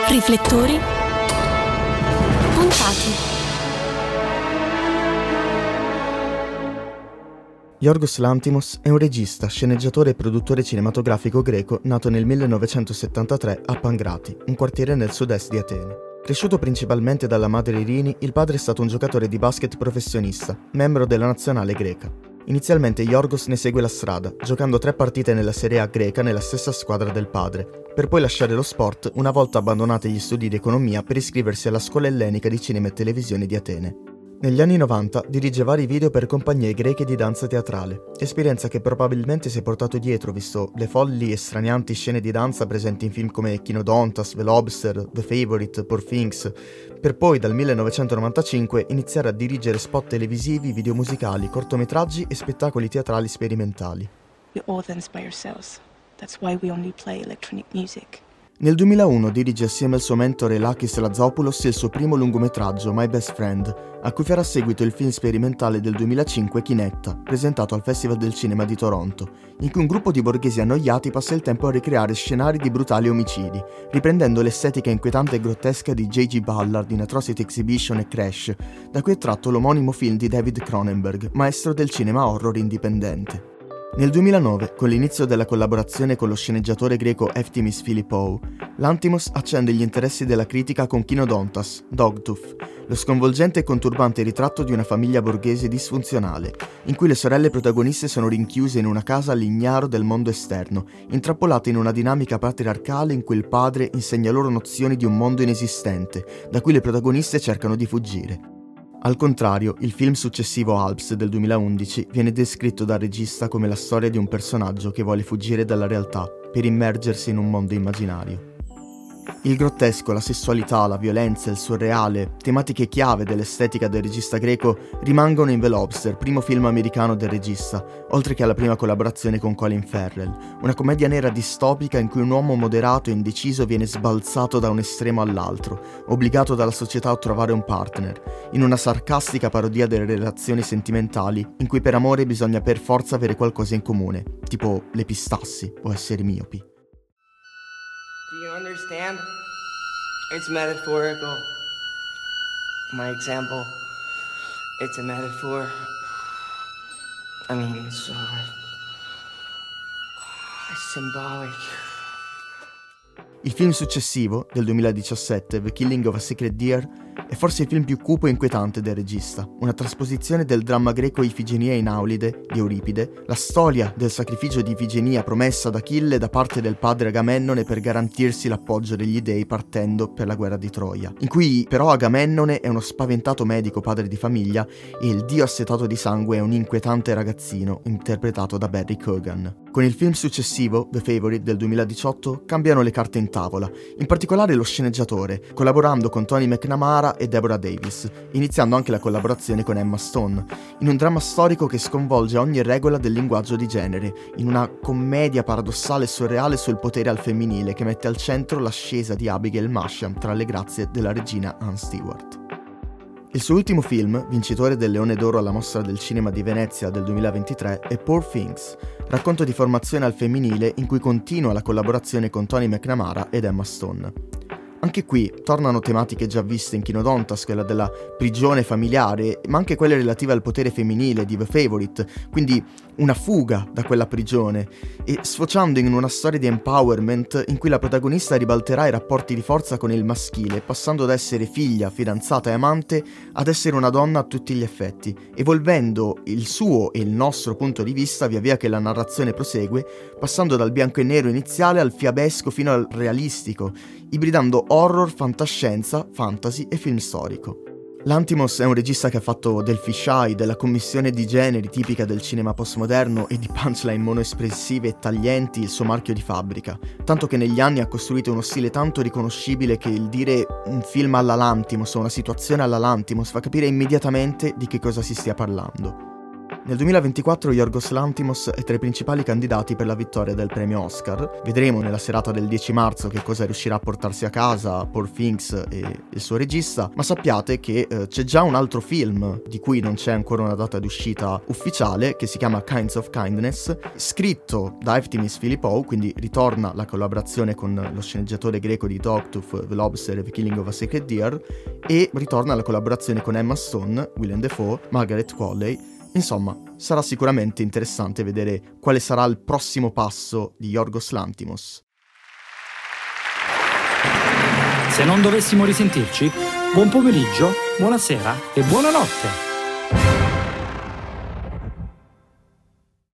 Riflettori puntati. Yorgos Lanthimos è un regista, sceneggiatore e produttore cinematografico greco nato nel 1973 a Pangrati, un quartiere nel sud-est di Atene. Cresciuto principalmente dalla madre Irini, il padre è stato un giocatore di basket professionista, membro della nazionale greca. Inizialmente Yorgos ne segue la strada, giocando 3 partite nella Serie A greca nella stessa squadra del padre, per poi lasciare lo sport una volta abbandonati gli studi di economia per iscriversi alla Scuola Ellenica di Cinema e Televisione di Atene. Negli anni 90 dirige vari video per compagnie greche di danza teatrale, esperienza che probabilmente si è portato dietro visto le folli e stranianti scene di danza presenti in film come Kynodontas, The Lobster, The Favourite, Poor Things, per poi dal 1995 iniziare a dirigere spot televisivi, video musicali, cortometraggi e spettacoli teatrali sperimentali. We all dance by ourselves. That's why we only play electronic music. Nel 2001 dirige assieme al suo mentore Lakis Lazopoulos il suo primo lungometraggio My Best Friend, a cui farà seguito il film sperimentale del 2005 Chinetta, presentato al Festival del Cinema di Toronto, in cui un gruppo di borghesi annoiati passa il tempo a ricreare scenari di brutali omicidi, riprendendo l'estetica inquietante e grottesca di J.G. Ballard in Atrocity Exhibition e Crash, da cui è tratto l'omonimo film di David Cronenberg, maestro del cinema horror indipendente. Nel 2009, con l'inizio della collaborazione con lo sceneggiatore greco Eftimis Philippou, Lanthimos accende gli interessi della critica con Kynodontas, Dogtooth, lo sconvolgente e conturbante ritratto di una famiglia borghese disfunzionale, in cui le sorelle protagoniste sono rinchiuse in una casa all'ignaro del mondo esterno, intrappolate in una dinamica patriarcale in cui il padre insegna loro nozioni di un mondo inesistente, da cui le protagoniste cercano di fuggire. Al contrario, il film successivo Alps del 2011 viene descritto dal regista come la storia di un personaggio che vuole fuggire dalla realtà per immergersi in un mondo immaginario. Il grottesco, la sessualità, la violenza, il surreale, tematiche chiave dell'estetica del regista greco, rimangono in The Lobster, primo film americano del regista, oltre che alla prima collaborazione con Colin Farrell, una commedia nera distopica in cui un uomo moderato e indeciso viene sbalzato da un estremo all'altro, obbligato dalla società a trovare un partner, in una sarcastica parodia delle relazioni sentimentali in cui per amore bisogna per forza avere qualcosa in comune, tipo l'epistassi o essere miopi. Do you understand? It's metaphorical. My example, it's a metaphor. I mean, it's symbolic. Il film successivo, del 2017, The Killing of a Sacred Deer, è forse il film più cupo e inquietante del regista, una trasposizione del dramma greco Ifigenia in Aulide di Euripide, la storia del sacrificio di Ifigenia promessa da Achille da parte del padre Agamennone per garantirsi l'appoggio degli dei partendo per la guerra di Troia, in cui però Agamennone è uno spaventato medico padre di famiglia e il dio assetato di sangue è un inquietante ragazzino interpretato da Barry Keoghan. Con il film successivo, The Favourite del 2018, cambiano le carte in tavola, in particolare lo sceneggiatore, collaborando con Tony McNamara e Deborah Davis, iniziando anche la collaborazione con Emma Stone, in un dramma storico che sconvolge ogni regola del linguaggio di genere, in una commedia paradossale e surreale sul potere al femminile che mette al centro l'ascesa di Abigail Masham tra le grazie della regina Anne Stewart. Il suo ultimo film, vincitore del Leone d'Oro alla Mostra del Cinema di Venezia del 2023, è Poor Things, racconto di formazione al femminile in cui continua la collaborazione con Tony McNamara ed Emma Stone. Anche qui tornano tematiche già viste in Kynodontas, quella della prigione familiare, ma anche quelle relative al potere femminile di The Favourite, quindi una fuga da quella prigione, e sfociando in una storia di empowerment in cui la protagonista ribalterà i rapporti di forza con il maschile, passando da essere figlia, fidanzata e amante ad essere una donna a tutti gli effetti, evolvendo il suo e il nostro punto di vista via via che la narrazione prosegue, passando dal bianco e nero iniziale al fiabesco fino al realistico, ibridando horror, fantascienza, fantasy e film storico. Lanthimos è un regista che ha fatto del fisheye, della commissione di generi tipica del cinema postmoderno e di punchline monoespressive e taglienti il suo marchio di fabbrica, tanto che negli anni ha costruito uno stile tanto riconoscibile che il dire un film alla Lanthimos o una situazione alla Lanthimos fa capire immediatamente di che cosa si stia parlando. Nel 2024 Yorgos Lanthimos è tra i principali candidati per la vittoria del premio Oscar. Vedremo nella serata del 10 marzo che cosa riuscirà a portarsi a casa Poor Things e il suo regista, ma sappiate che c'è già un altro film di cui non c'è ancora una data d'uscita ufficiale, che si chiama Kinds of Kindness, scritto da Eftimis Philippou, quindi ritorna la collaborazione con lo sceneggiatore greco di Dogtooth, The Lobster e The Killing of a Sacred Deer, e ritorna la collaborazione con Emma Stone, Willem Dafoe, Margaret Qualley. Insomma, sarà sicuramente interessante vedere quale sarà il prossimo passo di Yorgos Lanthimos. Se non dovessimo risentirci, buon pomeriggio, buonasera e buonanotte!